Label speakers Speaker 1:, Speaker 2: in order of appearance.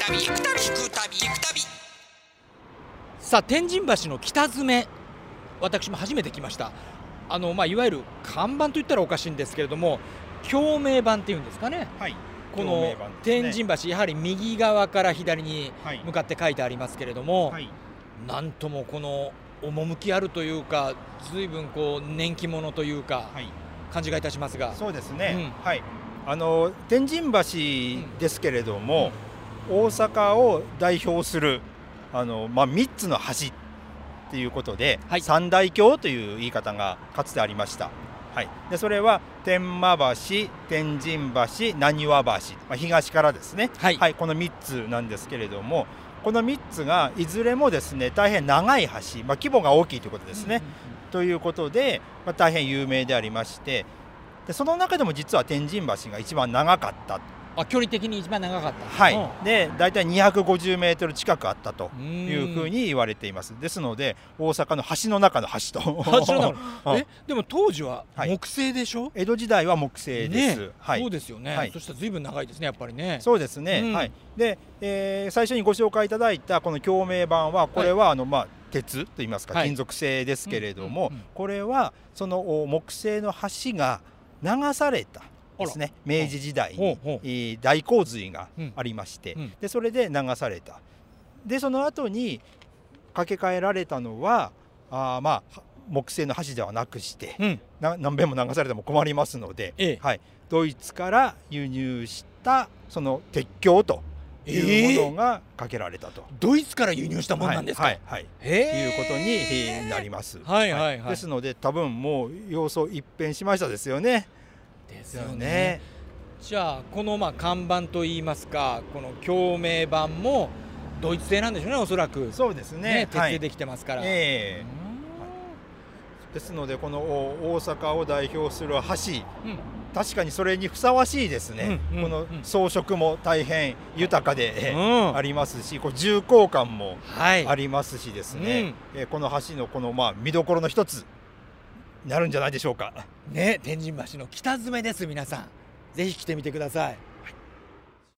Speaker 1: さあ天神橋の北詰め、私も初めて来ました。いわゆる看板といったらおかしいんですけれども、橋名板っていうんですかね、
Speaker 2: はい、
Speaker 1: この天神橋、やはり右側から左に向かって書いてありますけれども、
Speaker 2: はい、
Speaker 1: なんともこの趣あるというか、随分こう年季物というか、
Speaker 2: はい、
Speaker 1: 感じがいたしますが。
Speaker 2: そうですね、はい、天神橋ですけれども、大阪を代表する3つの橋っていうことで、三大橋という言い方がかつてありました。はい、でそれは天満橋、天神橋、浪速橋、東からですね、はい、この3つなんですけれども、この3つがいずれもですね大変長い橋、規模が大きいということですね、ということで、大変有名でありまして、でその中でも実は天神橋が一番長かった。
Speaker 1: 距離的に一番長かった。
Speaker 2: はい、で大体250メートル近くあったというふうに言われています。ですので大阪の橋の中の橋と。
Speaker 1: 橋の中でも当時は木製でしょ、
Speaker 2: 江戸時代は木製です。
Speaker 1: そうですよね、そしたら随分長いですね、やっぱりね。
Speaker 2: そうですね、はい。で、最初にご紹介いただいたこの橋名板は、これは鉄といいますか金属製ですけれども、これはその木製の橋が流されたですね、明治時代に大洪水がありまして、でそれで流された。でその後に架け替えられたのは木製の橋ではなくして、何遍も流されても困りますので、はい、ドイツから輸入したその鉄橋というものが架けられたと。
Speaker 1: ドイツから輸入したものなんですか。
Speaker 2: はいはい、いうことになります。ですので多分もう様相一変しましたですよね。
Speaker 1: ですよね。じゃあこの看板といいますか、この橋名板もドイツ製なんでしょうね、おそらく。
Speaker 2: そうですね、
Speaker 1: 鉄でできてますから。
Speaker 2: ですのでこの大阪を代表する橋、確かにそれにふさわしいですね。この装飾も大変豊かでありますし、重厚感もありますしですね、この橋のこの見どころの一つになるんじゃないでしょうかね。
Speaker 1: 天神橋の北詰めです。皆さんぜひ来てみてください。